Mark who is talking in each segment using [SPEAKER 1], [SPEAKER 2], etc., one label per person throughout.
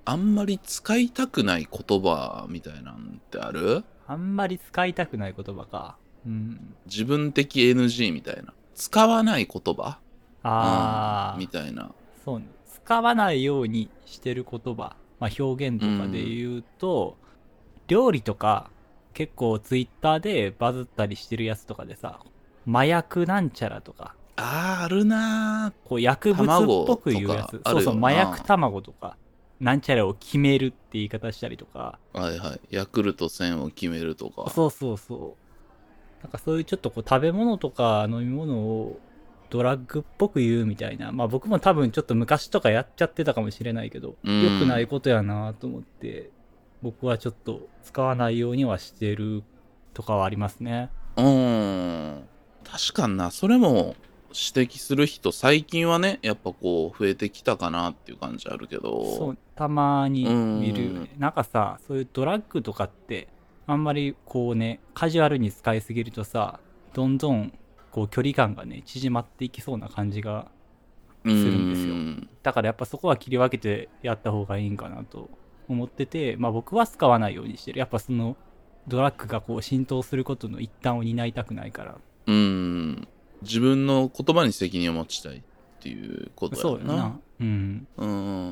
[SPEAKER 1] あんまり使いたくない言葉みたいなんってある？
[SPEAKER 2] あんまり使いたくない言葉か。うん。
[SPEAKER 1] 自分的 NG みたいな。使わない言葉み
[SPEAKER 2] あ
[SPEAKER 1] たいな。
[SPEAKER 2] そうね。使わないようにしてる言葉、まあ、表現とかで言うと、料理とか、結構ツイッターでバズったりしてるやつとかでさ、麻薬なんちゃらとか、
[SPEAKER 1] あるなー。
[SPEAKER 2] こう薬物っぽく
[SPEAKER 1] 卵と
[SPEAKER 2] 言うやつ。
[SPEAKER 1] かある
[SPEAKER 2] そうそう、麻薬
[SPEAKER 1] よな。
[SPEAKER 2] 卵とか、なんちゃらを決めるって言い方したりとか、
[SPEAKER 1] はいはい。ヤクルト1000を決めるとか。
[SPEAKER 2] そうそうそう。なんかそういうちょっとこう食べ物とか飲み物をドラッグっぽく言うみたいな。まあ僕も多分ちょっと昔とかやっちゃってたかもしれないけど、
[SPEAKER 1] う
[SPEAKER 2] 良くない
[SPEAKER 1] ん。
[SPEAKER 2] ことやなと思って、僕はちょっと使わないようにはしてるとかはありますね。
[SPEAKER 1] うん。確かにな。それも指摘する人、最近はね、やっぱこう、増えてきたかなっていう感じあるけど。
[SPEAKER 2] そう、たま
[SPEAKER 1] う
[SPEAKER 2] に見るよ
[SPEAKER 1] ん。
[SPEAKER 2] ね。なんかさ、そういうドラッグとかって、あんまりこうね、カジュアルに使いすぎるとさ、どんどんこう距離感がね、縮まっていきそうな感じが
[SPEAKER 1] う
[SPEAKER 2] するんですよ。
[SPEAKER 1] ん。
[SPEAKER 2] だからやっぱそこは切り分けてやった方がいいんかなと思ってて、まあ僕は使わないようにしてる。やっぱそのドラッグがこう浸透することの一端を担いたくないから。
[SPEAKER 1] うん。自分の言葉に責任を持ちたいっていうことやんな。
[SPEAKER 2] そうやな。うん。
[SPEAKER 1] うん。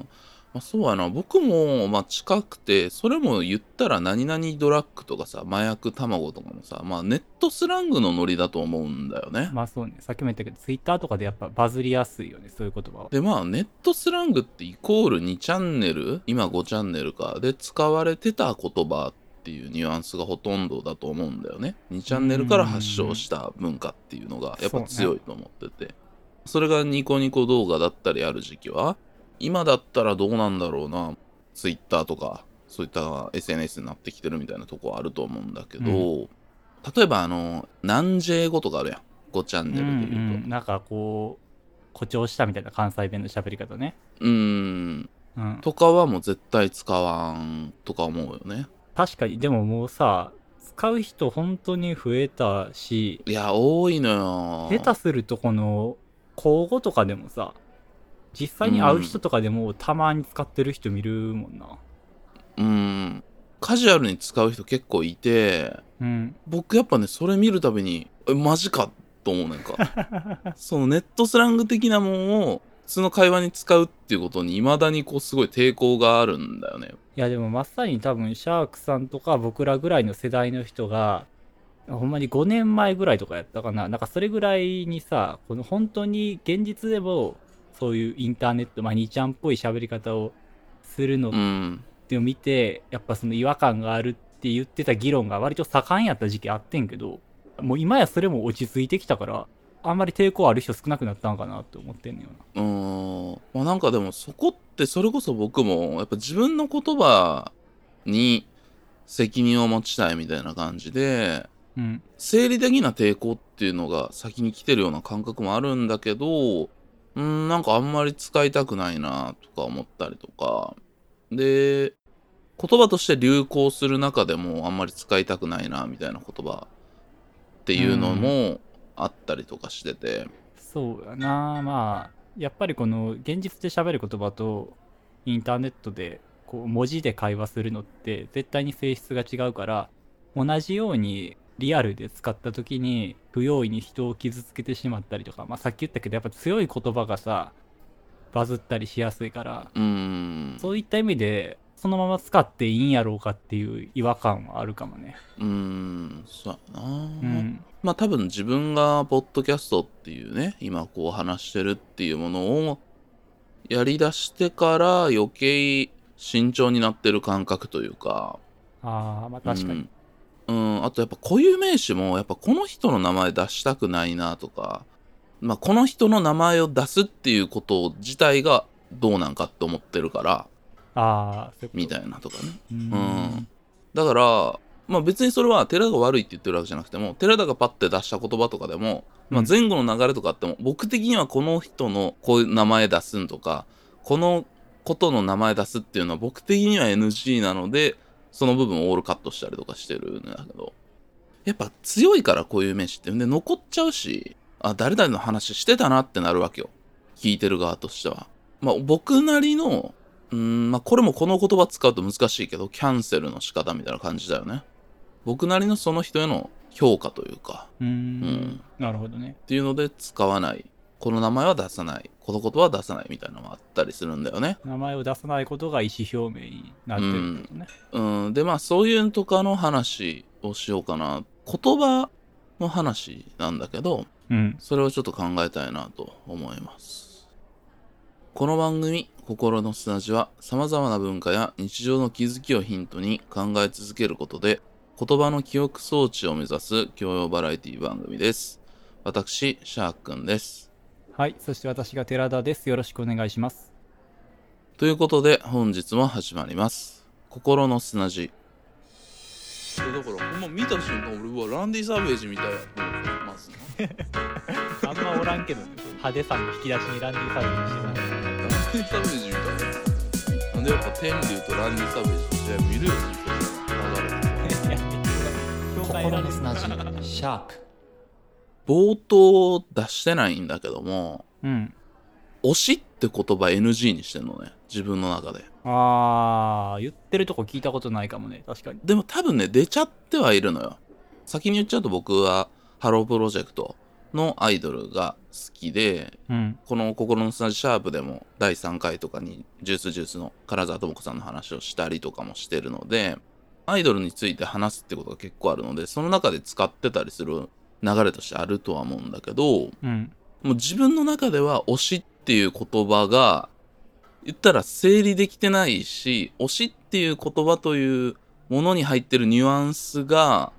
[SPEAKER 1] まあ、そうやな。僕も、まあ、近くて、それも言ったら何々ドラッグとかさ、麻薬卵とかもさ、まあ、ネットスラングのノリだと思うんだよね。
[SPEAKER 2] まあそうね。さっきも言ったけど、ツイッターとかでやっぱバズりやすいよね。そういう言葉は。
[SPEAKER 1] で、まあ、ネットスラングってイコール2チャンネル、今5チャンネルか、で使われてた言葉っていうニュアンスがほとんどだと思うんだよね。2チャンネルから発祥した文化っていうのがやっぱ
[SPEAKER 2] そうね。
[SPEAKER 1] 強いと思ってて。それがニコニコ動画だったりある時期は、今だったらどうなんだろうな。ツイッターとか、そういった SNS になってきてるみたいなとこあると思うんだけ
[SPEAKER 2] うん。
[SPEAKER 1] ど、例えば南 J 語とかあるやん。5チャン
[SPEAKER 2] うんう
[SPEAKER 1] ネルで言うと。
[SPEAKER 2] ん。なんかこう、誇張したみたいな関西弁の喋り方ね。
[SPEAKER 1] うーん。
[SPEAKER 2] うん。
[SPEAKER 1] とかはもう絶対使わんとか思うよね。
[SPEAKER 2] 確かに、でももうさ、使う人本当に増えたし、
[SPEAKER 1] いや、多いの
[SPEAKER 2] 下手
[SPEAKER 1] よ。
[SPEAKER 2] するとこの、口語とかでもさ、実際に会う
[SPEAKER 1] うん。
[SPEAKER 2] 人とかでもたまに使ってる人見るもんな。
[SPEAKER 1] うん。カジュアルに使う人結構いて、
[SPEAKER 2] うん。
[SPEAKER 1] 僕やっぱね、それ見るたびに、マジかと思うねんか。そのネットスラング的なもんを普通の会話に使うっていうことに未だにこうすごい抵抗があるんだよね。
[SPEAKER 2] いやでもまさに多分シャークさんとか僕らぐらいの世代の人が、ほんまに5年前ぐらいとかやったかな。なんかそれぐらいにさ、この本当に現実でもそういうインターネット、まあ2ちゃんっぽい喋り方をするのっ
[SPEAKER 1] うん。
[SPEAKER 2] てを見て、やっぱその違和感があるって言ってた議論が割と盛んやった時期あってんけど、もう今やそれも落ち着いてきたから、あんまり抵抗ある人少なくなったんかなって思ってんねんよ
[SPEAKER 1] まあなんかでもそこってそれこそ僕もやっぱ自分の言葉に責任を持ちたいみたいな感じで、
[SPEAKER 2] な。うん。
[SPEAKER 1] 生理的な抵抗っていうのが先に来てるような感覚もあるんだけど、なんかあんまり使いたくないなとか思ったりとか、で、言葉として流行する中でもあんまり使いたくないなみたいな言葉って
[SPEAKER 2] う
[SPEAKER 1] いうの
[SPEAKER 2] ん。
[SPEAKER 1] もあったりとかしてて、
[SPEAKER 2] そうやな。まあ、やっぱりこの現実で喋る言葉とインターネットでこう文字で会話するのって絶対に性質が違うから、同じようにリアルで使った時に不用意に人を傷つけてしまったりとか、まあさっき言ったけどやっぱ強い言葉がさ、バズったりしやすいから、
[SPEAKER 1] うーん、
[SPEAKER 2] そういった意味でそのまま使っていいんやろうかっていう違和感はあるかもね。
[SPEAKER 1] そうやな。
[SPEAKER 2] うん。
[SPEAKER 1] まあ多分自分がポッドキャストっていうね、今こう話してるっていうものをやり出してから余計慎重になってる感覚というか、
[SPEAKER 2] ああ、まあ確かに。
[SPEAKER 1] うん、あとやっぱ固有名詞もやっぱこの人の名前出したくないなとか、まあこの人の名前を出すっていうこと自体がどうなんかって思ってるから、
[SPEAKER 2] ああ、そういうこ
[SPEAKER 1] み
[SPEAKER 2] と。
[SPEAKER 1] たいなとかね。
[SPEAKER 2] うー
[SPEAKER 1] うん。
[SPEAKER 2] ん。
[SPEAKER 1] だから、まあ別にそれは寺田が悪いって言ってるわけじゃなくても、寺田がパッて出した言葉とかでも、まあ
[SPEAKER 2] うん。
[SPEAKER 1] 前後の流れとかあっても、僕的にはこの人のこういう名前出すんとか、このことの名前出すっていうのは僕的には NG なので、その部分をオールカットしたりとかしてるんだけど、やっぱ強いからこういう名詞ってで残っちゃうし、あ、誰々の話してたなってなるわけよ。聞いてる側としては。まあ僕なりのまあこれもこの言葉使うと難しいけど、キャンセルの仕方みたいな感じだよね。僕なりのその人への評価というか、
[SPEAKER 2] なるほどね。
[SPEAKER 1] っていうので使わない。この名前は出さない。この言葉は出さないみたいなのもあったりするんだよね。
[SPEAKER 2] 名前を出さないことが意思表明になってるんだね。
[SPEAKER 1] で、まあそういうとかの話をしようかな。言葉の話なんだけど、それをちょっと考えたいなと思います。この番組、心の砂地は様々な文化や日常の気づきをヒントに考え続けることで、言葉の記憶装置を目指す教養バラエティ番組です。私、シャークンです。
[SPEAKER 2] はい、そして私が寺田です。よろしくお願いします。
[SPEAKER 1] ということで、本日も始まります。心の砂地。だからほんま見た瞬間俺はランディ・サーベージみたいやと思うます
[SPEAKER 2] なあんまおらんけどね、派手さの引き出しにランディ・サーベージしてない。
[SPEAKER 1] ランディ・サーベージみたいな。なんでやっぱ天竜とランディ・サーベージの試合見るように流れて
[SPEAKER 2] 心の砂地シャープ。
[SPEAKER 1] 冒頭出してないんだけども、推しって言葉 NG にしてんのね、自分の中で。
[SPEAKER 2] 言ってるとこ聞いたことないかもね、確かに。
[SPEAKER 1] でも多分ね、出ちゃってはいるのよ。先に言っちゃうと僕はハロープロジェクトのアイドルが好きで、この心の砂地シャープでも第3回とかにジュースの金沢智子さんの話をしたりとかもしてるので、アイドルについて話すってことが結構あるので、その中で使ってたりする流れとしてあるとは思うんだけど、もう自分の中では推しっていう言葉が言ったら整理できてないし、推しっていう言葉というものに入ってるニュアンスが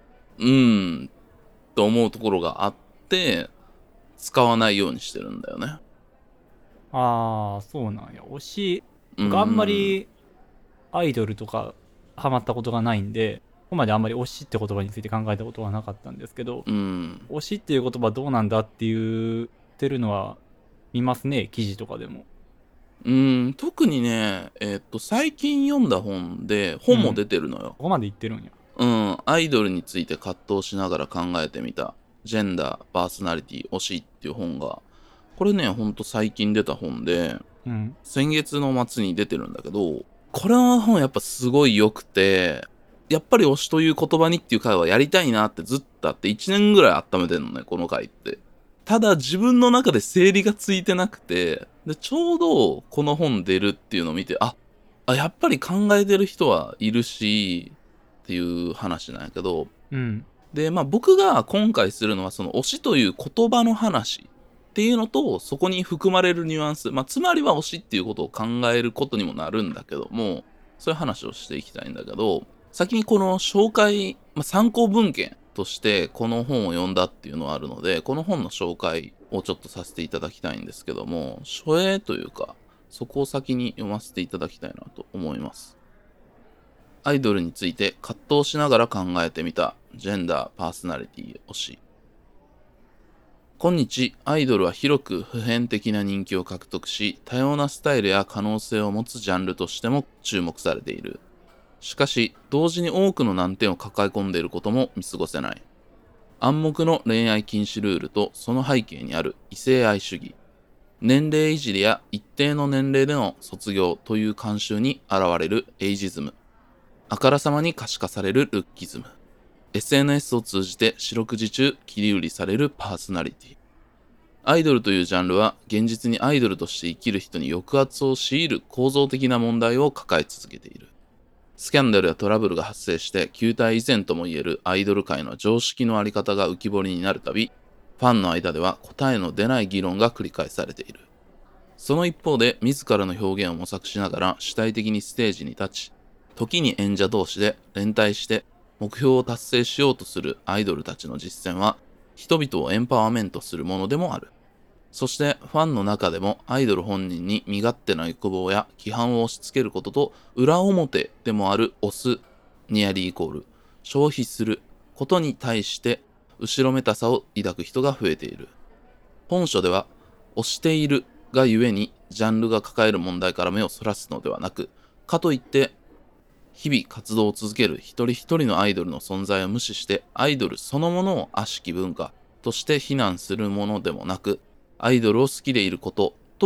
[SPEAKER 1] と思うところがあって使わないようにしてるんだよね。
[SPEAKER 2] そうなんや。推しがあんまりアイドルとかハマったことがないんで、ここまであんまり推しって言葉について考えたことはなかったんですけど、推しっていう言葉どうなんだって言ってるのは見ますね、記事とかでも。
[SPEAKER 1] 特にね、最近読んだ本で本も出てるのよ。
[SPEAKER 2] ここまで言ってるんや。
[SPEAKER 1] アイドルについて葛藤しながら考えてみたジェンダー、パーソナリティ、推しっていう本が、これねほんと最近出た本で、先月の末に出てるんだけど、これの本やっぱすごい良くて、やっぱり推しという言葉にっていう回はやりたいなってずっとあって1年ぐらい温めてんのね、この回って。ただ自分の中で整理がついてなくて、でちょうどこの本出るっていうのを見て、やっぱり考えてる人はいるしっていう話なんやけど、でまあ僕が今回するのはその推しという言葉の話っていうのと、そこに含まれるニュアンス、つまりは推しっていうことを考えることにもなるんだけども、そういう話をしていきたいんだけど、先にこの紹介、参考文献としてこの本を読んだっていうのはあるので、この本の紹介をちょっとさせていただきたいんですけども、書影というかそこを先に読ませていただきたいなと思います。アイドルについて葛藤しながら考えてみたジェンダー、パーソナリティ、推し。今日アイドルは広く普遍的な人気を獲得し、多様なスタイルや可能性を持つジャンルとしても注目されている。しかし同時に多くの難点を抱え込んでいることも見過ごせない。暗黙の恋愛禁止ルールとその背景にある異性愛主義、年齢いじりや一定の年齢での卒業という慣習に現れるエイジズム、あからさまに可視化されるルッキズム、SNS を通じて四六時中切り売りされるパーソナリティ。アイドルというジャンルは現実にアイドルとして生きる人に抑圧を強いる構造的な問題を抱え続けている。スキャンダルやトラブルが発生して旧態依然ともいえるアイドル界の常識のあり方が浮き彫りになるたび、ファンの間では答えの出ない議論が繰り返されている。その一方で自らの表現を模索しながら主体的にステージに立ち、時に演者同士で連帯して目標を達成しようとするアイドルたちの実践は、人々をエンパワーメントするものでもある。そしてファンの中でもアイドル本人に身勝手な欲望や規範を押し付けることと裏表でもある推す、ニアリーイコール消費することに対して後ろめたさを抱く人が増えている。本書では推しているがゆえにジャンルが抱える問題から目をそらすのではなく、かといって日々活動を続ける一人一人のアイドルの存在を無視してアイドルそのものを悪しき文化として非難するものでもなく、アイドルを好きでいることと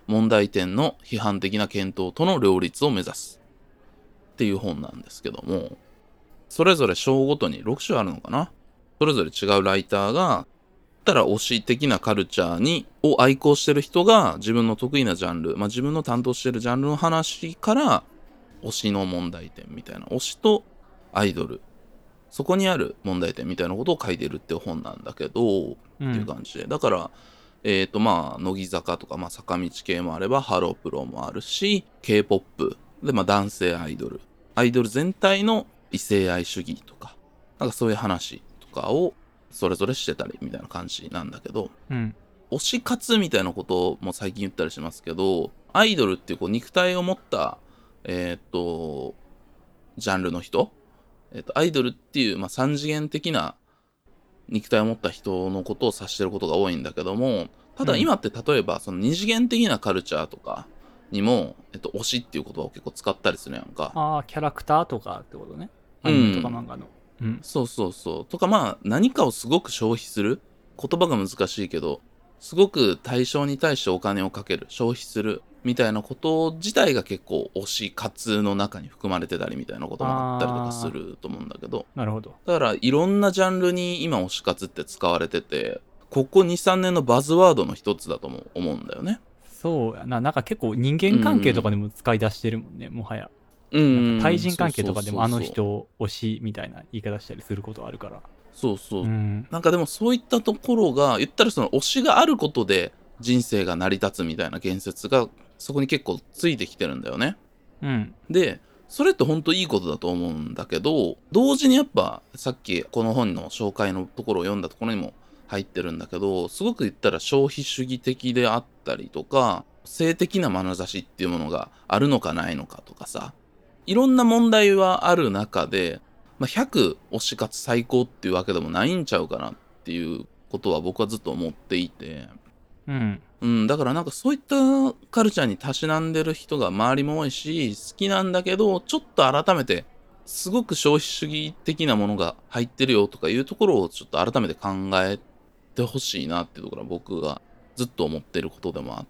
[SPEAKER 1] 問題点の批判的な検討との両立を目指すっていう本なんですけども、それぞれ章ごとに6章あるのかな。それぞれ違うライターが、たら推し的なカルチャーを愛好してる人が自分の得意なジャンル、自分の担当してるジャンルの話から推しの問題点みたいな、推しとアイドル、そこにある問題点みたいなことを書いてるっていう本なんだけど、っていう感じで。だから、乃木坂とか、坂道系もあれば、ハロプロもあるし、K-POP で、男性アイドル全体の異性愛主義とか、なんかそういう話とかをそれぞれしてたりみたいな感じなんだけど、推し活みたいなことも最近言ったりしますけど、アイドルっていう肉体を持った、ジャンルの人、アイドルっていう、三次元的な肉体を持った人のことを指してることが多いんだけども、ただ今って例えばその二次元的なカルチャーとかにも、推しっていう言葉を結構使ったりするやんか。
[SPEAKER 2] キャラクターとかってことね。アニメとか漫画の。
[SPEAKER 1] そうそうそう。とか何かをすごく消費する。言葉が難しいけど、すごく対象に対してお金をかける、消費するみたいなこと自体が結構推し活の中に含まれてたりみたいなこともあったりとかすると思うんだけど。
[SPEAKER 2] なるほど。
[SPEAKER 1] だからいろんなジャンルに今推し活って使われてて、ここ 2,3 年のバズワードの一つだとも思うんだよね。
[SPEAKER 2] そうやな。なんか結構人間関係とかでも使い出してるもんね、もはや。対人関係とかでもあの人推しみたいな言い方したりすることあるから。
[SPEAKER 1] そうそう。なんかでもそういったところが、言ったらその推しがあることで人生が成り立つみたいな言説がそこに結構ついてきてるんだよね。で、それって本当いいことだと思うんだけど、同時にやっぱさっきこの本の紹介のところを読んだところにも入ってるんだけど、すごく言ったら消費主義的であったりとか、性的な眼差しっていうものがあるのかないのかとかさ、いろんな問題はある中で、100推し活最高っていうわけでもないんちゃうかなっていうことは僕はずっと思っていて、だからなんかそういったカルチャーにたしなんでる人が周りも多いし、好きなんだけど、ちょっと改めてすごく消費主義的なものが入ってるよとかいうところをちょっと改めて考えてほしいなっていうところは僕がずっと思ってることでもあって、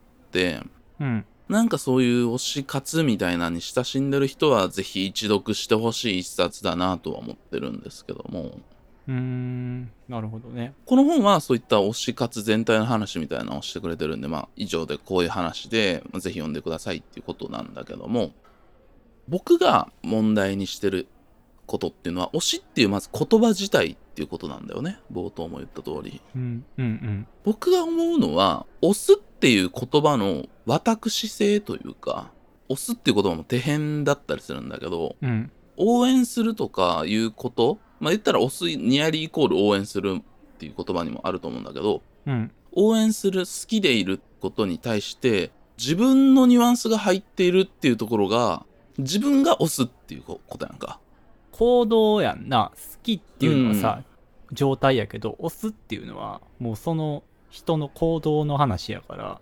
[SPEAKER 1] なんかそういう推し活みたいなのに親しんでる人はぜひ一読してほしい一冊だなとは思ってるんですけども。
[SPEAKER 2] なるほどね。
[SPEAKER 1] この本はそういった推し活全体の話みたいなのをしてくれてるんで、以上でこういう話で、ぜひ読んでくださいっていうことなんだけども、僕が問題にしてることっていうのは、推しっていうまず言葉自体っていうことなんだよね。冒頭も言った通り。僕が思うのは、推すっていう言葉の私性というか、推すっていう言葉も手辺だったりするんだけど、応援するとかいうこと、言ったら推すニアリーイコール応援するっていう言葉にもあると思うんだけど、応援する、好きでいることに対して自分のニュアンスが入っているっていうところが、自分が推すっていうことやんか。
[SPEAKER 2] 行動やんな。好きっていうのはさ、状態やけど、推すっていうのはもうその人の行動の話やから、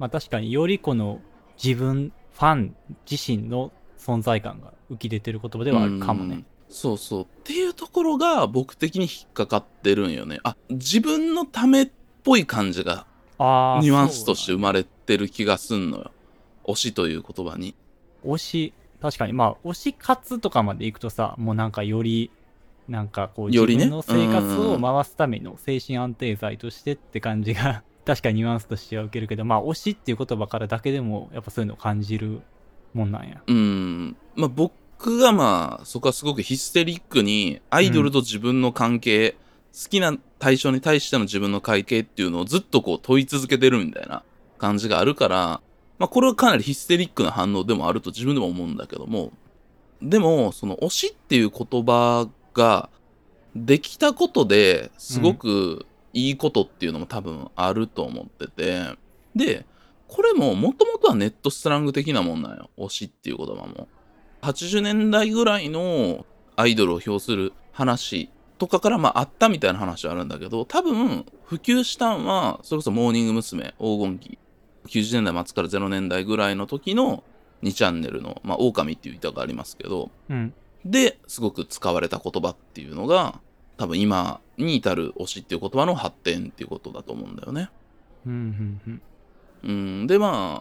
[SPEAKER 2] 確かによりこの自分ファン自身の存在感が浮き出てる言葉ではあるかもね。
[SPEAKER 1] そうそうっていうところが僕的に引っかかってるんよね。自分のためっぽい感じがニュアンスとして生まれてる気がすんのよ。推しという言葉に。
[SPEAKER 2] 推し、確かに推し活とかまでいくとさ、もうなんかよりなんかこう自分の生活を回すための精神安定剤としてって感じが確かにニュアンスとしては受けるけど、推しっていう言葉からだけでもやっぱそういうのを感じるもんなんや。
[SPEAKER 1] 僕がそこはすごくヒステリックにアイドルと自分の関係、好きな対象に対しての自分の関係っていうのをずっとこう問い続けてるみたいな感じがあるから、これはかなりヒステリックな反応でもあると自分でも思うんだけども、でもその推しっていう言葉ができたことですごくいいことっていうのも多分あると思ってて、でこれももともとはネットスラング的なもんなんよ、推しっていう言葉も。80年代ぐらいのアイドルを評する話とかからあったみたいな話はあるんだけど、多分普及したんはそれこそモーニング娘。黄金期90年代末から0年代ぐらいの時の2チャンネルの狼っていう歌がありますけど、ですごく使われた言葉っていうのが多分今に至る推しっていう言葉の発展っていうことだと思うんだよね。で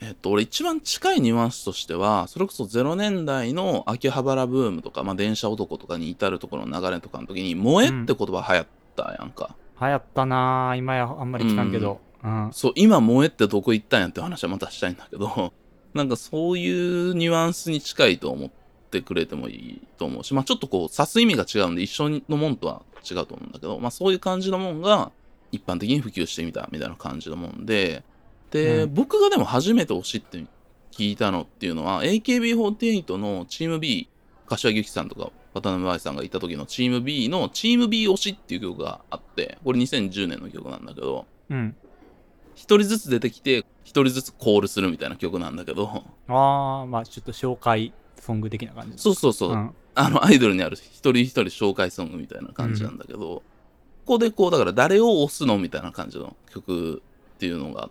[SPEAKER 1] 俺一番近いニュアンスとしては、それこそ0年代の秋葉原ブームとか、まあ、電車男とかに至るところの流れとかの時に、萌えって言葉流行ったやんか。
[SPEAKER 2] 流行ったなぁ。今やあんまり聞かんけど。
[SPEAKER 1] そう、今萌えってどこ行ったんやって話はまたしたいんだけど、なんかそういうニュアンスに近いと思ってくれてもいいと思うし、まあちょっとこう、指す意味が違うんで一緒のもんとは違うと思うんだけど、まあそういう感じのもんが一般的に普及してみたみたいな感じのもんで、で、僕がでも初めて推しって聞いたのっていうのは、AKB48 のチーム B、柏木由紀さんとか渡辺愛さんがいた時のチーム B のチーム B 推しっていう曲があって、これ2010年の曲なんだけど、一人ずつ出てきて、一人ずつコールするみたいな曲なんだけど。
[SPEAKER 2] まあちょっと紹介ソング的な感じ。
[SPEAKER 1] そうそうそう。アイドルにある一人一人紹介ソングみたいな感じなんだけど、ここでこう、だから誰を推すのみたいな感じの曲っていうのがあって、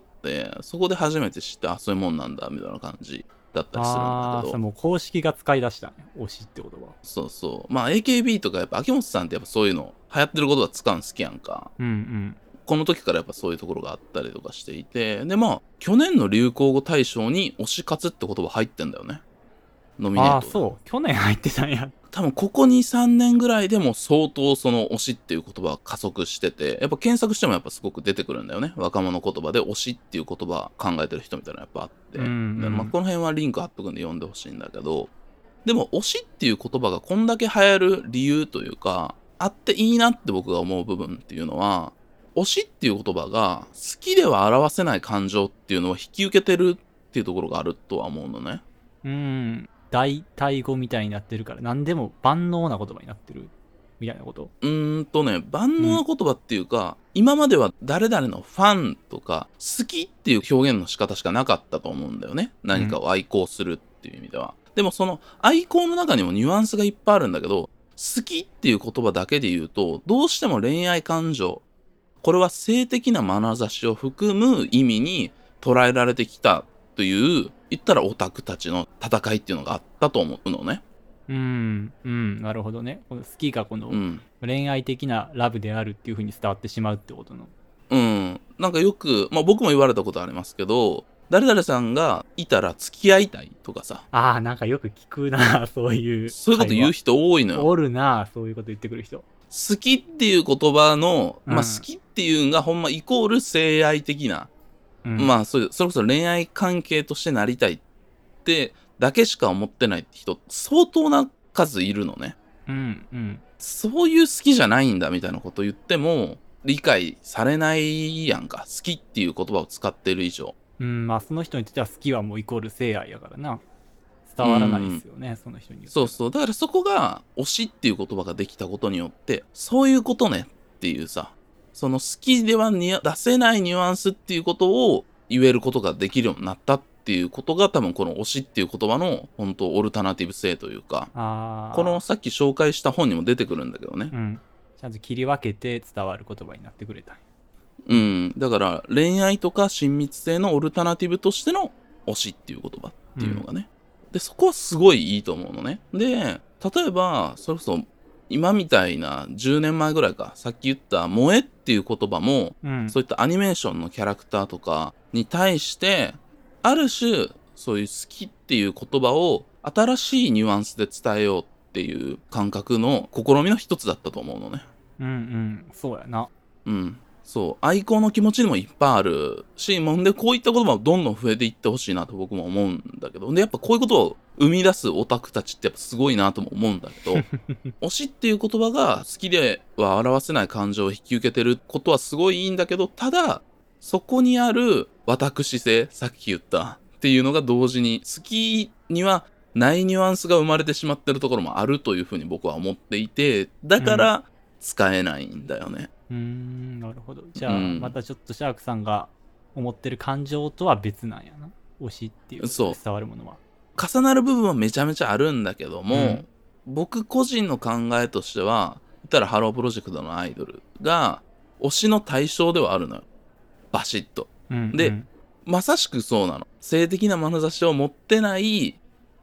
[SPEAKER 1] そこで初めて知って、あ、そういうもんなんだみたいな感じだったりするんだけど。
[SPEAKER 2] もう公式が使い出したね、推しって言葉。
[SPEAKER 1] そうそう。まあ AKB とかやっぱ秋元さんってやっぱそういうの流行ってることは使うん好きやんか。この時からやっぱそういうところがあったりとかしていて、でまあ去年の流行語大賞に推し活って言葉入ってんだよね。ノミネート。
[SPEAKER 2] そう去年入ってたんや。
[SPEAKER 1] 多分ここ 2,3 年ぐらいでも相当その推しっていう言葉が加速してて、やっぱ検索してもやっぱすごく出てくるんだよね。若者言葉で推しっていう言葉考えてる人みたいなのやっぱあって、まあこの辺はリンク貼っとくんで読んでほしいんだけど、でも推しっていう言葉がこんだけ流行る理由というか、あっていいなって僕が思う部分っていうのは、推しっていう言葉が好きでは表せない感情っていうのを引き受けてるっていうところがあるとは思うのね。
[SPEAKER 2] 代替語みたいになってるから、何でも万能な言葉になってるみたいなこと。
[SPEAKER 1] 万能な言葉っていうか、今までは誰々のファンとか好きっていう表現の仕方しかなかったと思うんだよね。何かを愛好するっていう意味では。でもその愛好の中にもニュアンスがいっぱいあるんだけど、好きっていう言葉だけで言うと、どうしても恋愛感情、これは性的な眼差しを含む意味に捉えられてきたという、言ったらオタクたちの戦いっていうのがあったと思うのね。
[SPEAKER 2] なるほどね。この好きがこの恋愛的なラブであるっていう風に伝わってしまうってことの。
[SPEAKER 1] なんかよく、まあ僕も言われたことありますけど、誰々さんがいたら付き合いたいとかさ。
[SPEAKER 2] なんかよく聞くな、そういう。
[SPEAKER 1] そういうこと言う人多いのよ。
[SPEAKER 2] おるな、そういうこと言ってくる人。
[SPEAKER 1] 好きっていう言葉の、まあ好きっていうのがほんまイコール性愛的な、まあそれこそ恋愛関係としてなりたいってだけしか思ってない人相当な数いるのね。そういう好きじゃないんだみたいなこと言っても理解されないやんか。好きっていう言葉を使ってる以上。
[SPEAKER 2] まあその人にとっては好きはもうイコール性愛やからな。伝わらないですよね、その人に。
[SPEAKER 1] そうそう。だからそこが推しっていう言葉ができたことによって、そういうことねっていうさ、その好きでは出せないニュアンスっていうことを言えることができるようになったっていうことが多分この推しっていう言葉の本当オルタナティブ性というか、このさっき紹介した本にも出てくるんだけどね。
[SPEAKER 2] ちゃんと切り分けて伝わる言葉になってくれた。
[SPEAKER 1] だから恋愛とか親密性のオルタナティブとしての推しっていう言葉っていうのがね。で、そこはすごいいいと思うのね。で、例えば、それこそ、今みたいな10年前ぐらいか、さっき言った萌えっていう言葉も、そういったアニメーションのキャラクターとかに対して、ある種、そういう好きっていう言葉を新しいニュアンスで伝えようっていう感覚の試みの一つだったと思うのね。
[SPEAKER 2] そうやな。
[SPEAKER 1] そう、愛好の気持ちにもいっぱいあるし、もんでこういった言葉をどんどん増えていってほしいなと僕も思うんだけど、でやっぱこういうことを生み出すオタクたちってやっぱすごいなとも思うんだけど、推しっていう言葉が好きでは表せない感情を引き受けてることはすごいいいんだけど、ただそこにある私性、さっき言ったっていうのが同時に好きにはないニュアンスが生まれてしまってるところもあるというふうに僕は思っていて、だから使えないんだよね。
[SPEAKER 2] なるほど。じゃあ、またちょっとシャークさんが思ってる感情とは別なんやな。推しっていう伝わるものは。
[SPEAKER 1] 重なる部分はめちゃめちゃあるんだけども、僕個人の考えとしては、言ったらハロープロジェクトのアイドルが推しの対象ではあるのよ。バシッと。で、まさしくそうなの。性的な眼差しを持ってない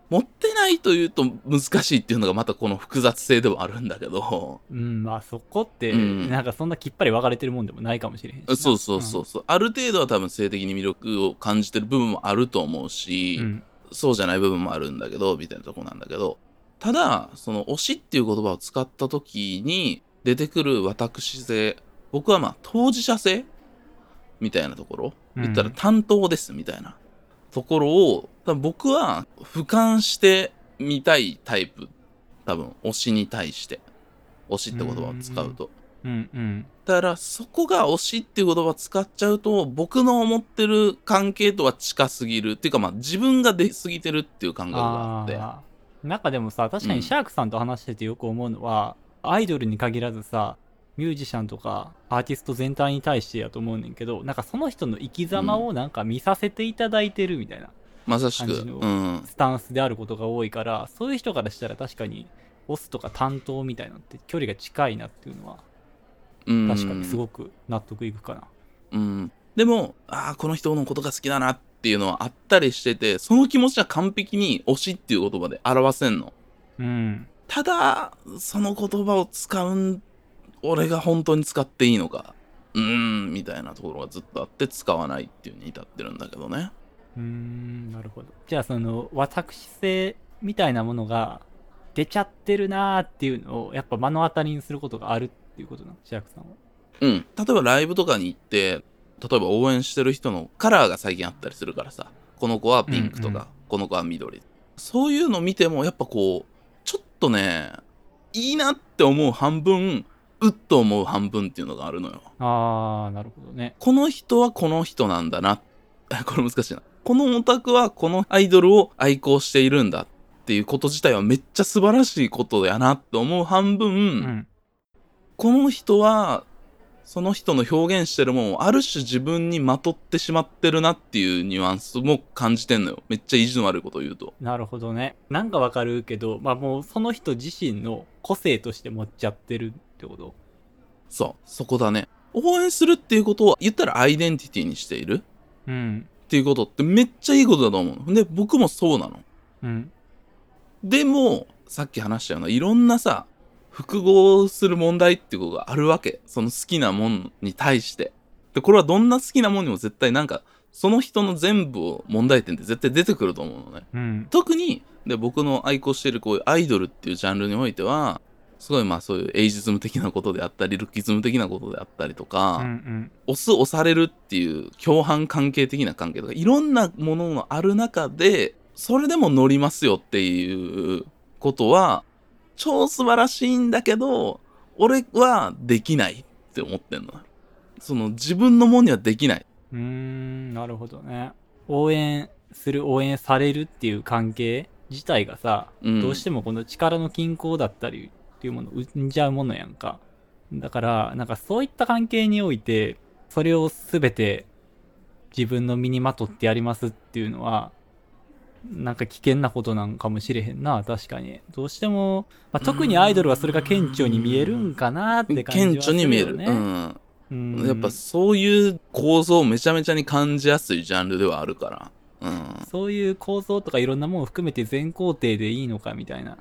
[SPEAKER 1] 持ってないというと難しいっていうのがまたこの複雑性ではあるんだけど、
[SPEAKER 2] まあそこって
[SPEAKER 1] うん
[SPEAKER 2] なんかそんなきっぱり分かれてるもんでもないかもしれへんしな。
[SPEAKER 1] そうそうそうそう、ある程度は多分性的に魅力を感じてる部分もあると思うし、そうじゃない部分もあるんだけどみたいなとこなんだけど、ただその推しっていう言葉を使った時に出てくる私性、僕はまあ当事者性みたいなところ、言ったら担当ですみたいなところを多分僕は俯瞰してみたいタイプ。多分推しに対して推しって言葉を使うと、だからそこが推しっていう言葉を使っちゃうと僕の思ってる関係とは近すぎるっていうか、まあ自分が出過ぎてるっていう感覚があって、
[SPEAKER 2] なんかでもさ、確かにシャークさんと話しててよく思うのは、アイドルに限らずさ、ミュージシャンとかアーティスト全体に対してやと思うねんけど、なんかその人の生き様をなんか見させていただいてるみたいな
[SPEAKER 1] まさしく、
[SPEAKER 2] 感じのスタンスであることが多いから、そういう人からしたら確かにオスとか担当みたいなのって距離が近いなっていうのは確かにすごく納得いくかな。
[SPEAKER 1] でもこの人のことが好きだなっていうのはあったりしてて、その気持ちは完璧に推しっていう言葉で表せんの。ただその言葉を使う俺が本当に使っていいのかみたいなところがずっとあって使わないっていうに至ってるんだけどね。
[SPEAKER 2] なるほど。じゃあその私性みたいなものが出ちゃってるなーっていうのをやっぱ目の当たりにすることがあるっていうことなの、シャークさんは。
[SPEAKER 1] 例えばライブとかに行って例えば応援してる人のカラーが最近あったりするからさ、この子はピンクとか、この子は緑、そういうの見てもやっぱこうちょっとねいいなって思う半分うっと思う半分っていうのがあるのよ。
[SPEAKER 2] なるほどね。
[SPEAKER 1] この人はこの人なんだなこれ難しいな。このオタクはこのアイドルを愛好しているんだっていうこと自体はめっちゃ素晴らしいことやなって思う半分、この人はその人の表現してるもんをある種自分にまとってしまってるなっていうニュアンスも感じてんのよ。めっちゃ意地の悪いことを言うと。
[SPEAKER 2] なるほどね。なんかわかるけど、まあもうその人自身の個性として持っちゃってるってこと。
[SPEAKER 1] そう、そこだね。応援するっていうことを言ったらアイデンティティにしているっていうことってめっちゃいいことだと思うの。で、僕もそうなの。でもさっき話したようないろんなさ複合する問題っていうことがあるわけ。その好きなもんに対して。で、これはどんな好きなもんにも絶対なんか、その人の全部を問題点って絶対出てくると思うのね。特に、で、僕の愛好しているこういうアイドルっていうジャンルにおいては、すごいまあそういうエイジズム的なことであったり、ルッキズム的なことであったりとか、押されるっていう共犯関係的な関係とか、いろんなもののある中で、それでも乗りますよっていうことは、超素晴らしいんだけど俺はできないって思ってんの。その自分のもんにはできない。
[SPEAKER 2] なるほどね。応援する応援されるっていう関係自体がさ、どうしてもこの力の均衡だったりっていうものを生んじゃうものやんか。だからなんかそういった関係においてそれを全て自分の身にまとってやりますっていうのはなんか危険なことなんかもしれへんな。確かにどうしても、特にアイドルはそれが顕著に見えるんかなって感じはするよね。顕著に見える。やっぱそういう構造をめちゃめちゃに感じやすいジャンルではあるから、そういう構造とかいろんなものを含めて全肯定でいいのかみたいな。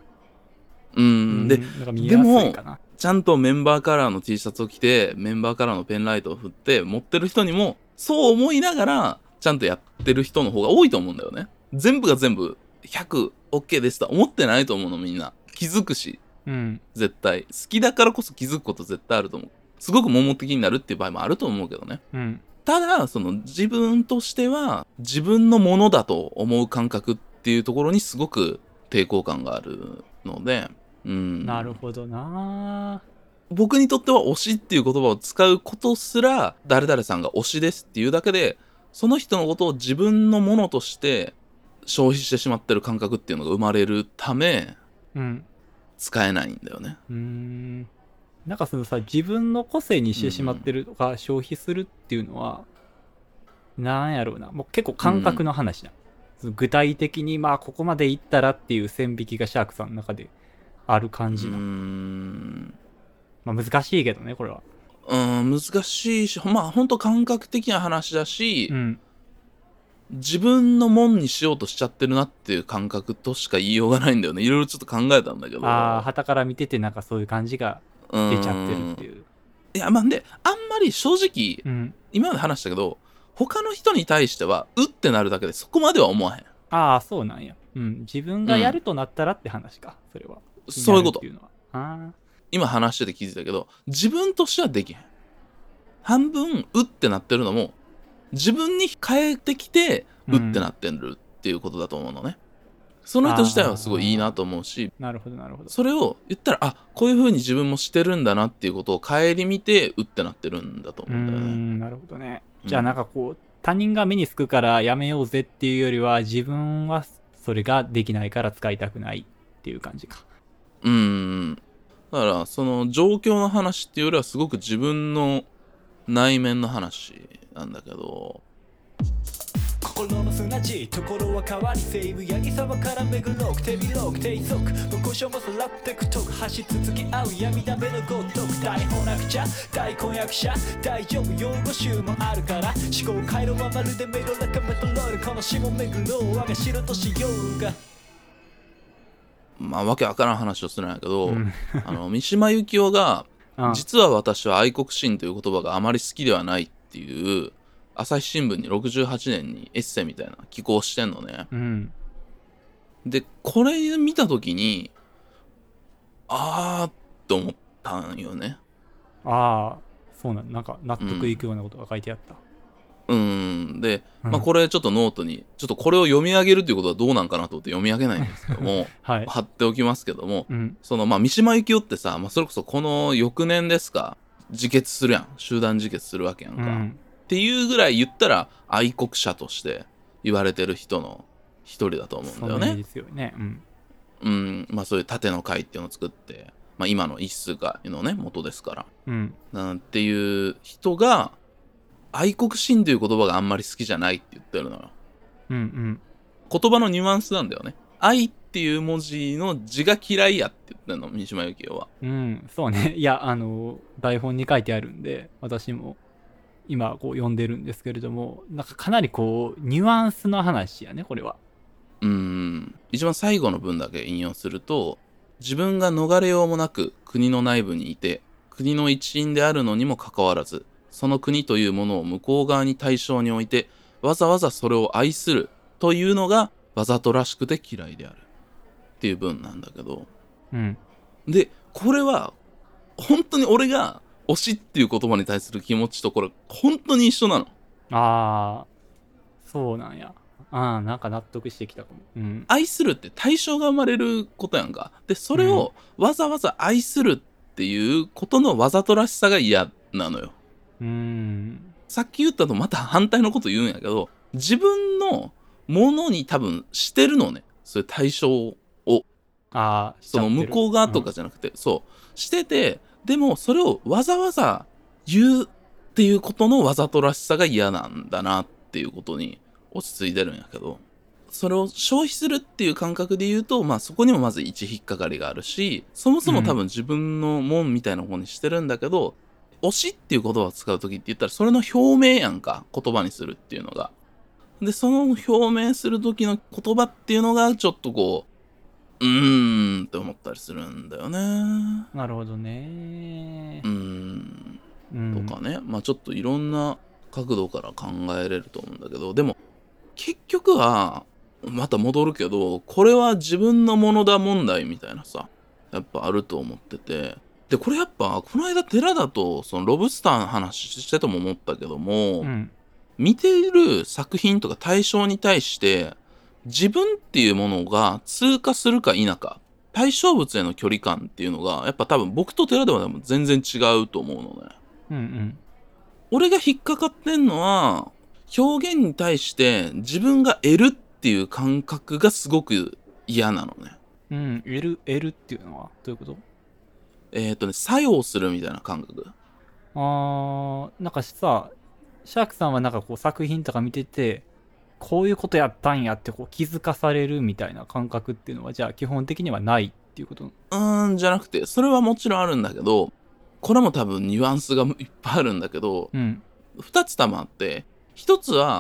[SPEAKER 1] でもちゃんとメンバーカラーの T シャツを着てメンバーカラーのペンライトを振って持ってる人にもそう思いながらちゃんとやってる人の方が多いと思うんだよね。全部が全部 100OK ですとは思ってないと思うの。みんな気づくし、絶対好きだからこそ気づくこと絶対あると思う。すごく盲目的になるっていう場合もあると思うけどね、ただその自分としては自分のものだと思う感覚っていうところにすごく抵抗感があるので、
[SPEAKER 2] なるほどな。
[SPEAKER 1] 僕にとっては推しっていう言葉を使うことすら誰々さんが推しですっていうだけでその人のことを自分のものとして消費してしまってる感覚っていうのが生まれるため、使えないんだよね。
[SPEAKER 2] なんかそのさ、自分の個性にしてしまってるとか消費するっていうのは、なんやろうな、もう結構感覚の話だ。その具体的にまあここまでいったらっていう線引きがシャークさんの中である感じな。難しいけどねこれは。
[SPEAKER 1] 難しいし、まあ本当感覚的な話だし、 自分のもんにしようとしちゃってるなっていう感覚としか言いようがないんだよね。いろいろちょっと考えたんだけど。
[SPEAKER 2] 傍から見ててなんかそういう感じが出ちゃってるっていう。
[SPEAKER 1] いや、まあ、で、あんまり正直、今まで話したけど、他の人に対しては、うってなるだけでそこまでは思わへん。
[SPEAKER 2] ああ、そうなんや。自分がやるとなったらって話か、それは。
[SPEAKER 1] そういうこと。
[SPEAKER 2] あ、
[SPEAKER 1] 今話してて気づいたけど、自分としてはできへん。半分、うってなってるのも、自分に変えてきて、うってなってるっていうことだと思うのね。その人自体はすごいいいなと思うし、
[SPEAKER 2] なるほどなるほど。
[SPEAKER 1] それを言ったら、あ、こういう風に自分もしてるんだなっていうことを顧みて、うってなってるんだと思うんだよね。
[SPEAKER 2] なるほどね。じゃあなんかこう、他人が目につくからやめようぜっていうよりは、自分はそれができないから使いたくないっていう感じか。
[SPEAKER 1] だからその状況の話っていうよりはすごく自分の内面の話なんだけど、
[SPEAKER 3] 心の砂地ところは変わり西武八木沢から巡ろう手広く低速無故障もさらってくとく走り続き合う闇だめのごとく大翻訳者大婚約者大丈夫用語集もあるから思考回路はまるでメロラカメトロールこの下巡ろう我が城としようが
[SPEAKER 1] まあわけわからん話をするんやけど、三島由紀夫が実は私は愛国心という言葉があまり好きではないっていう朝日新聞に68年にエッセイみたいな寄稿してんのね。でこれ見た時にって思ったんよね。
[SPEAKER 2] そうなんか納得いくようなことが書いてあった。
[SPEAKER 1] で、これちょっとノートにちょっとこれを読み上げるということはどうなんかなと思って読み上げないんですけども、貼っておきますけども、その三島由紀夫ってさ、それこそこの翌年ですか自決するやん、集団自決するわけやんか、っていうぐらい言ったら愛国者として言われてる人の一人だと思うんだよね。
[SPEAKER 2] そうですよね。
[SPEAKER 1] そういう盾の会っていうのを作って、今の一数がのね元ですから、っていう人が愛国心という言葉があんまり好きじゃないって言ってるのよ。言葉のニュアンスなんだよね。愛っていう文字の字が嫌いやって言ってるの、三島由紀夫は。
[SPEAKER 2] そうね。いや、台本に書いてあるんで、私も今こう読んでるんですけれども、なんかかなりこう、ニュアンスの話やね、これは。
[SPEAKER 1] 一番最後の文だけ引用すると、自分が逃れようもなく国の内部にいて、国の一員であるのにもかかわらず、その国というものを向こう側に対象に置いてわざわざそれを愛するというのがわざとらしくて嫌いであるっていう文なんだけど、でこれは本当に俺が推しっていう言葉に対する気持ちとこれ本当に一緒なの。
[SPEAKER 2] そうなんや。なんか納得してきたかも。
[SPEAKER 1] 愛するって対象が生まれることやんか。でそれをわざわざ愛するっていうことのわざとらしさが嫌なのよ。さっき言ったとまた反対のこと言うんやけど、自分のものに多分してるのね、そういう対象を。その向こう側とかじゃなくて、そうしてて、でもそれをわざわざ言うっていうことのわざとらしさが嫌なんだなっていうことに落ち着いてるんやけど、それを消費するっていう感覚で言うと、そこにもまず一引っかかりがあるし、そもそも多分自分のもんみたいな方にしてるんだけど、推しっていう言葉を使うときって言ったらそれの表明やんか、言葉にするっていうのが。でその表明する時の言葉っていうのがちょっとこうって思ったりするんだよね。
[SPEAKER 2] なるほどね。
[SPEAKER 1] とかね、ちょっといろんな角度から考えれると思うんだけど、でも結局はまた戻るけど、これは自分のものだ問題みたいなさ、やっぱあると思ってて、でこれやっぱこの間寺だとそのロブスターの話してとも思ったけども、見ている作品とか対象に対して自分っていうものが通過するか否か、対象物への距離感っていうのがやっぱ多分僕と寺では全然違うと思うのね。俺が引っかかってんのは表現に対して自分が得るっていう感覚がすごく嫌なのね。
[SPEAKER 2] 得るっていうのはどういうこと？
[SPEAKER 1] 作用するみたいな感覚。
[SPEAKER 2] なんかさ、シャークさんはなんかこう作品とか見てて、こういうことやったんやってこう気づかされるみたいな感覚っていうのは、じゃあ基本的にはないっていうこと？
[SPEAKER 1] じゃなくて、それはもちろんあるんだけど、これも多分ニュアンスがいっぱいあるんだけど、2つ多分あって、1つは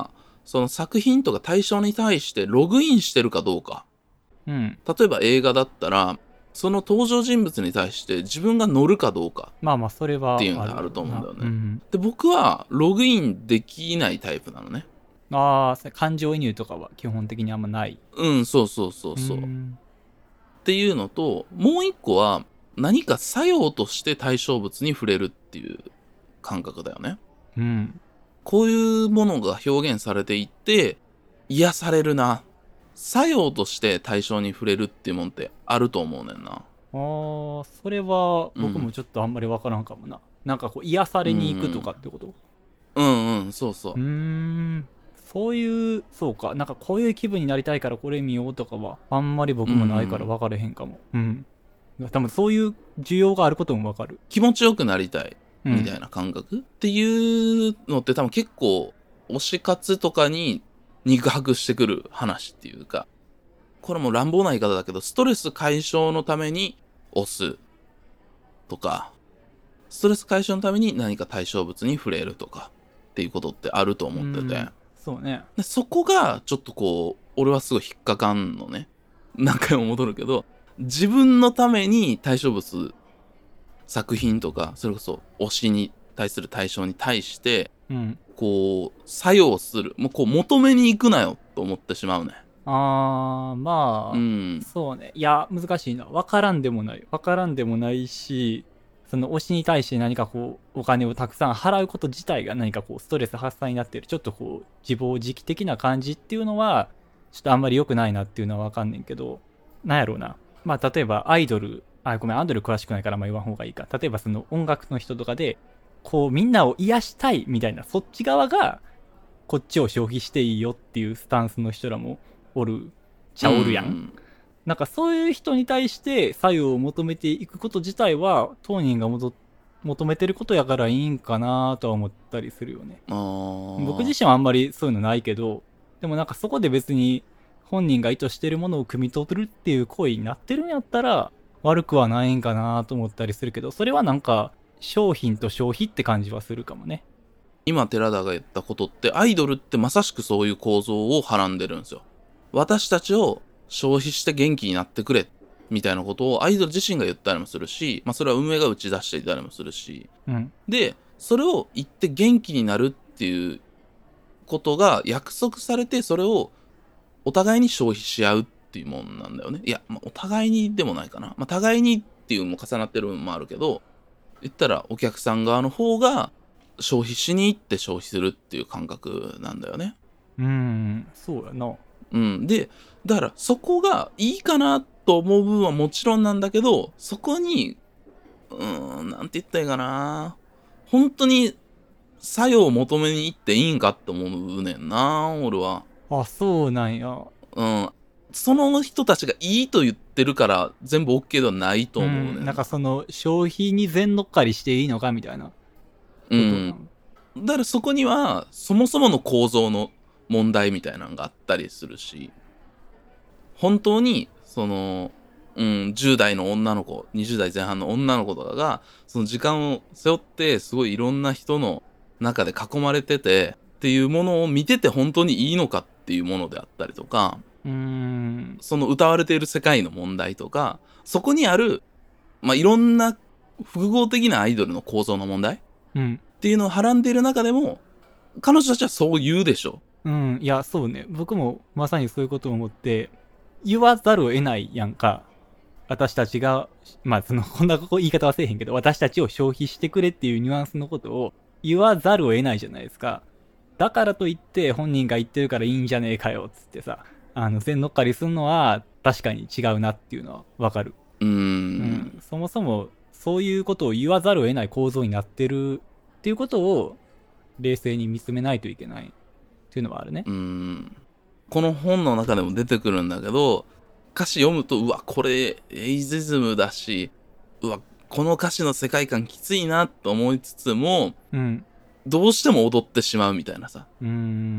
[SPEAKER 1] その作品とか対象に対してログインしてるかどうか。
[SPEAKER 2] うん。
[SPEAKER 1] 例えば映画だったら、その登場人物に対して自分が乗るかどうか
[SPEAKER 2] まあまあ、それは
[SPEAKER 1] っていうのがあると思うんだよね。
[SPEAKER 2] うん。
[SPEAKER 1] で、僕はログインできないタイプなのね。
[SPEAKER 2] ああ、感情移入とかは基本的にあんまない。
[SPEAKER 1] うん、そうそうそうそう。
[SPEAKER 2] ん
[SPEAKER 1] っていうのと、もう一個は何か作用として対象物に触れるっていう感覚だよね。
[SPEAKER 2] うん。
[SPEAKER 1] こういうものが表現されていって癒されるな。作用として対象に触れるっていうもんってあると思うねんな。
[SPEAKER 2] ああ、それは僕もちょっとあんまりわからんかもな。なんかこう、癒されに行くとかってこと？
[SPEAKER 1] うんうん、そうそう。
[SPEAKER 2] そういう、そうか。なんかこういう気分になりたいからこれ見ようとかは、あんまり僕もないから分かれへんかも。多分そういう需要があることも分かる。
[SPEAKER 1] 気持ちよくなりたいみたい
[SPEAKER 2] な。
[SPEAKER 1] な感覚、っていうのって多分結構推し活とかに肉薄してくる話っていうか、これも乱暴な言い方だけど、ストレス解消のために推すとか、ストレス解消のために何か対象物に触れるとかっていうことってあると思ってて、
[SPEAKER 2] そうね。
[SPEAKER 1] でそこがちょっとこう俺はすごい引っかかんのね。何回も戻るけど、自分のために対象物、作品とかそれこそ推しに対する対象に対してこう作用する、もうこう求めに行くなよと思ってしまうね。
[SPEAKER 2] まあ、そうね。いや、難しいな。分からんでもない。分からんでもないし、その推しに対して何かこう、お金をたくさん払うこと自体が何かこう、ストレス発散になってる。ちょっとこう、自暴自棄的な感じっていうのは、ちょっとあんまり良くないなっていうのは分かんねんけど、なんやろうな。まあ、例えばアイドル、ごめん、アイドル詳しくないから言わん方がいいか。例えばその音楽の人とかで、こう、みんなを癒したいみたいな、そっち側が、こっちを消費していいよっていうスタンスの人らもおるやん。なんかそういう人に対して作用を求めていくこと自体は当人が求めてることやからいいんかなとは思ったりするよね。僕自身はあんまりそういうのないけど、でもなんかそこで別に本人が意図してるものを汲み取るっていう行為になってるんやったら悪くはないんかなと思ったりするけど、それはなんか商品と消費って感じはするかもね。
[SPEAKER 1] 今寺田が言ったことって、アイドルってまさしくそういう構造をはらんでるんですよ。私たちを消費して元気になってくれみたいなことをアイドル自身が言ったりもするし、それは運営が打ち出していたりもするし、でそれを言って元気になるっていうことが約束されて、それをお互いに消費し合うっていうもんなんだよね。いや、お互いにでもないかな。互いにっていうのも重なってる部分もあるけど、言ったらお客さん側の方が消費しに行って消費するっていう感覚なんだよね。
[SPEAKER 2] そうやな。
[SPEAKER 1] で、だからそこがいいかなと思う部分はもちろんなんだけど、そこになんて言ったらいいかな、本当に作用を求めに行っていいんかって思うねんな、俺は。
[SPEAKER 2] そうなんや。
[SPEAKER 1] その人たちがいいと言ってるから全部 OK ではないと思うね。
[SPEAKER 2] なんかその消費に全乗っかりしていいのかみたいな。
[SPEAKER 1] だからそこにはそもそもの構造の問題みたいなのがあったりするし、本当にその、10代の女の子、20代前半の女の子とかがその時間を背負ってすごいいろんな人の中で囲まれててっていうものを見てて本当にいいのかっていうものであったりとか、その歌われている世界の問題とか、そこにあるいろんな複合的なアイドルの構造の問題っていうのをはらんでいる中でも、彼女たちはそう言うでしょ。
[SPEAKER 2] いや、そうね。僕もまさにそういうことを思って言わざるを得ないやんか。私たちがこんな言い方はせえへんけど、私たちを消費してくれっていうニュアンスのことを言わざるを得ないじゃないですか。だからといって本人が言ってるからいいんじゃねえかよっつってさ、全乗っかりするのは確かに違うなっていうのはわかる。そもそもそういうことを言わざるを得ない構造になってるっていうことを冷静に見つめないといけないっていうのはあるね。
[SPEAKER 1] この本の中でも出てくるんだけど、歌詞読むとうわこれエイジズムだし、うわこの歌詞の世界観きついなと思いつつも、どうしても踊ってしまうみたいなさ、これは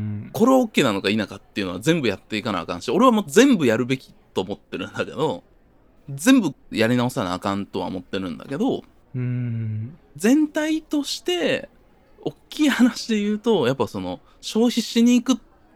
[SPEAKER 1] OK なのか否かっていうのは全部やっていかなあかんし、俺はもう全部やるべきと思ってるんだけど、全部やり直さなあかんとは思ってるんだけど、全体として大きい話で言うと、やっぱその消費しに行くっ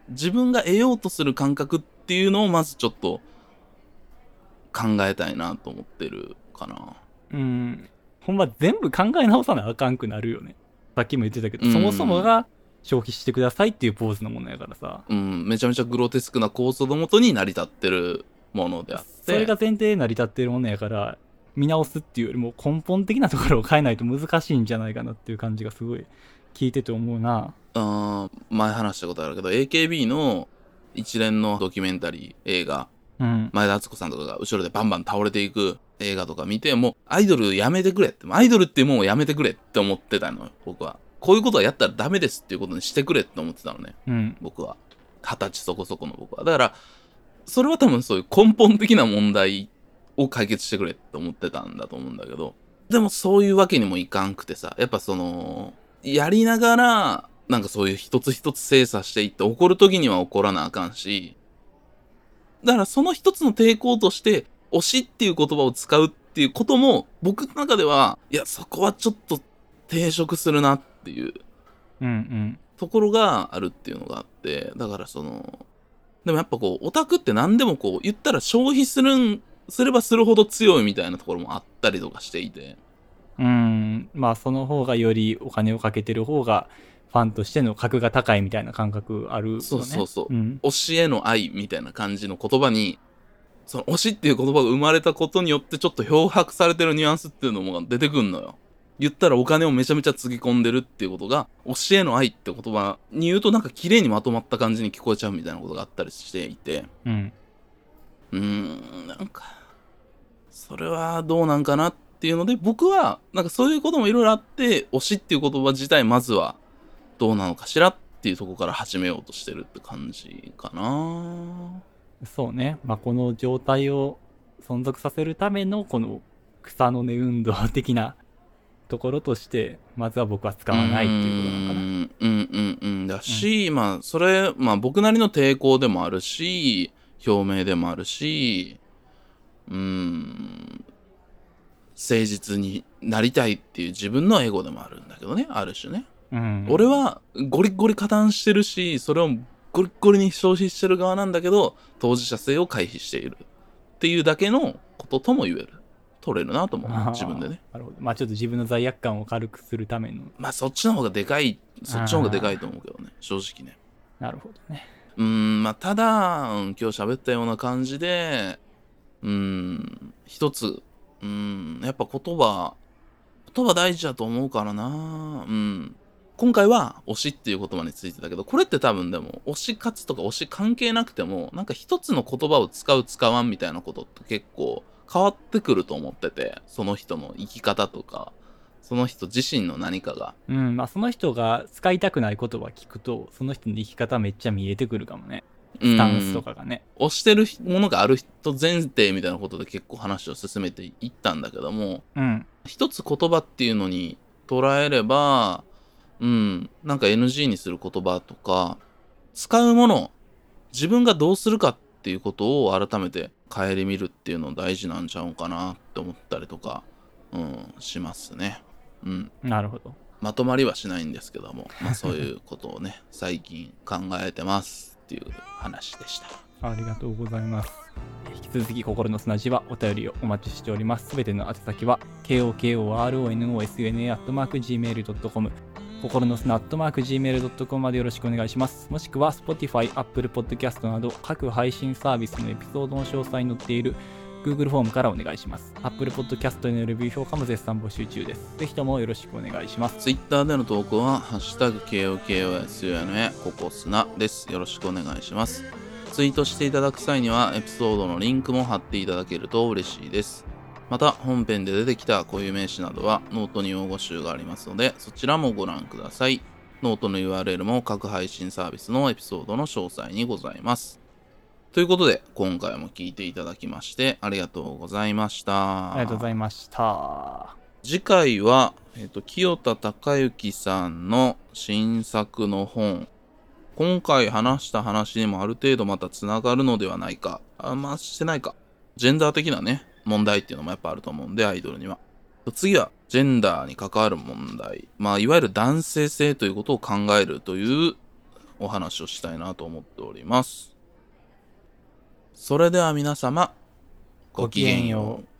[SPEAKER 1] 自分が得ようとする感覚っていうのをまずちょっと考えたいなと思ってるかな。
[SPEAKER 2] ほんま全部考え直さなあかんくなるよね。さっきも言ってたけど、
[SPEAKER 1] うん
[SPEAKER 2] そもそもが消費してくださいっていうポーズのものやからさ。
[SPEAKER 1] めちゃめちゃグロテスクな構造のもとに成り立ってるものであって。
[SPEAKER 2] それが前提で成り立ってるものやから、見直すっていうよりも根本的なところを変えないと難しいんじゃないかなっていう感じがすごい聞いてて思うな。
[SPEAKER 1] 前話したことあるけど、AKB の一連のドキュメンタリー映画、前田敦子さんとかが後ろでバンバン倒れていく映画とか見て、もうアイドルやめてくれって、アイドルってもうやめてくれって思ってたのよ、僕は。こういうことはやったらダメですっていうことにしてくれって思ってたのね、僕は。20歳そこそこの僕は。だから、それは多分そういう根本的な問題を解決してくれって思ってたんだと思うんだけど、でもそういうわけにもいかんくてさ、やっぱやりながら、なんかそういう一つ一つ精査していって、怒るときには怒らなあかんし、だからその一つの抵抗として、推しっていう言葉を使うっていうことも、僕の中では、いや、そこはちょっと抵触するなっていう、ところがあるっていうのがあって、だからでもやっぱオタクって何でも言ったら消費すればするほど強いみたいなところもあったりとかしていて。
[SPEAKER 2] まあその方がよりお金をかけてる方が、ファンとしての格が高いみたいな感覚あるよね。
[SPEAKER 1] そう。推しへの愛みたいな感じの言葉に、その推しっていう言葉が生まれたことによってちょっと漂白されてるニュアンスっていうのも出てくんのよ。言ったらお金をめちゃめちゃつぎ込んでるっていうことが、推しへの愛って言葉に言うとなんか綺麗にまとまった感じに聞こえちゃうみたいなことがあったりしていて。なんか、それはどうなんかなっていうので、僕はなんかそういうこともいろいろあって、推しっていう言葉自体まずは、どうなのかしらっていうところから始めようとしてるって感じかな。
[SPEAKER 2] そうね。まあ、この状態を存続させるためのこの草の根運動的なところとして、まずは僕は使わないっていうことなのかな。
[SPEAKER 1] だし、まあ僕なりの抵抗でもあるし、表明でもあるし、誠実になりたいっていう自分のエゴでもあるんだけどね、ある種ね。俺はゴリゴリ加担してるし、それをゴリゴリに消費してる側なんだけど、当事者性を回避しているっていうだけのこととも言える。取れるなと思う、自分でね。
[SPEAKER 2] なるほど。まあちょっと自分の罪悪感を軽くするための。
[SPEAKER 1] まあそっちの方がでかいと思うけどね、正直ね。
[SPEAKER 2] なるほどね。
[SPEAKER 1] まあただ、今日喋ったような感じで、一つ、やっぱ言葉大事だと思うからな。今回は推しっていう言葉についてたけど、これって多分でも推し活とか推し関係なくても、なんか一つの言葉を使う使わんみたいなことって結構変わってくると思ってて、その人の生き方とか、その人自身の何かが。
[SPEAKER 2] まあその人が使いたくない言葉聞くと、その人の生き方めっちゃ見えてくるかもね。スタンスとかがね。
[SPEAKER 1] 推してるものがある人前提みたいなことで結構話を進めていったんだけども、一つ言葉っていうのに捉えれば、なんか NG にする言葉とか、使うもの、自分がどうするかっていうことを改めて顧みるっていうの大事なんちゃうかなって思ったりとか、しますね。
[SPEAKER 2] なるほど。
[SPEAKER 1] まとまりはしないんですけども、まあそういうことをね、最近考えてますっていう話でした。
[SPEAKER 2] ありがとうございます。引き続き心の砂地はお便りをお待ちしております。すべての宛先は kokoronosuna@gmail.com 心の砂 @gmail.com までよろしくお願いします。もしくは Spotify、Apple Podcast など各配信サービスのエピソードの詳細に載っている Google フォームからお願いします。Apple Podcast へのレビュー評価も絶賛募集中です。ぜひともよろしくお願いします。
[SPEAKER 1] Twitter での投稿はハッシュタグ KOKOSUNA ココスナです。よろしくお願いします。ツイートしていただく際にはエピソードのリンクも貼っていただけると嬉しいです。また本編で出てきた固有名詞などはノートに用語集がありますので、そちらもご覧ください。ノートの URL も各配信サービスのエピソードの詳細にございます。ということで今回も聞いていただきましてありがとうございました。
[SPEAKER 2] ありがとうございました。
[SPEAKER 1] 次回は、清田孝之さんの新作の本、今回話した話にもある程度またつながるのではないか。してないか。ジェンダー的なね、問題っていうのもやっぱあると思うんで、アイドルには。次は、ジェンダーに関わる問題。いわゆる男性性ということを考えるというお話をしたいなと思っております。それでは皆様、ごきげんよう。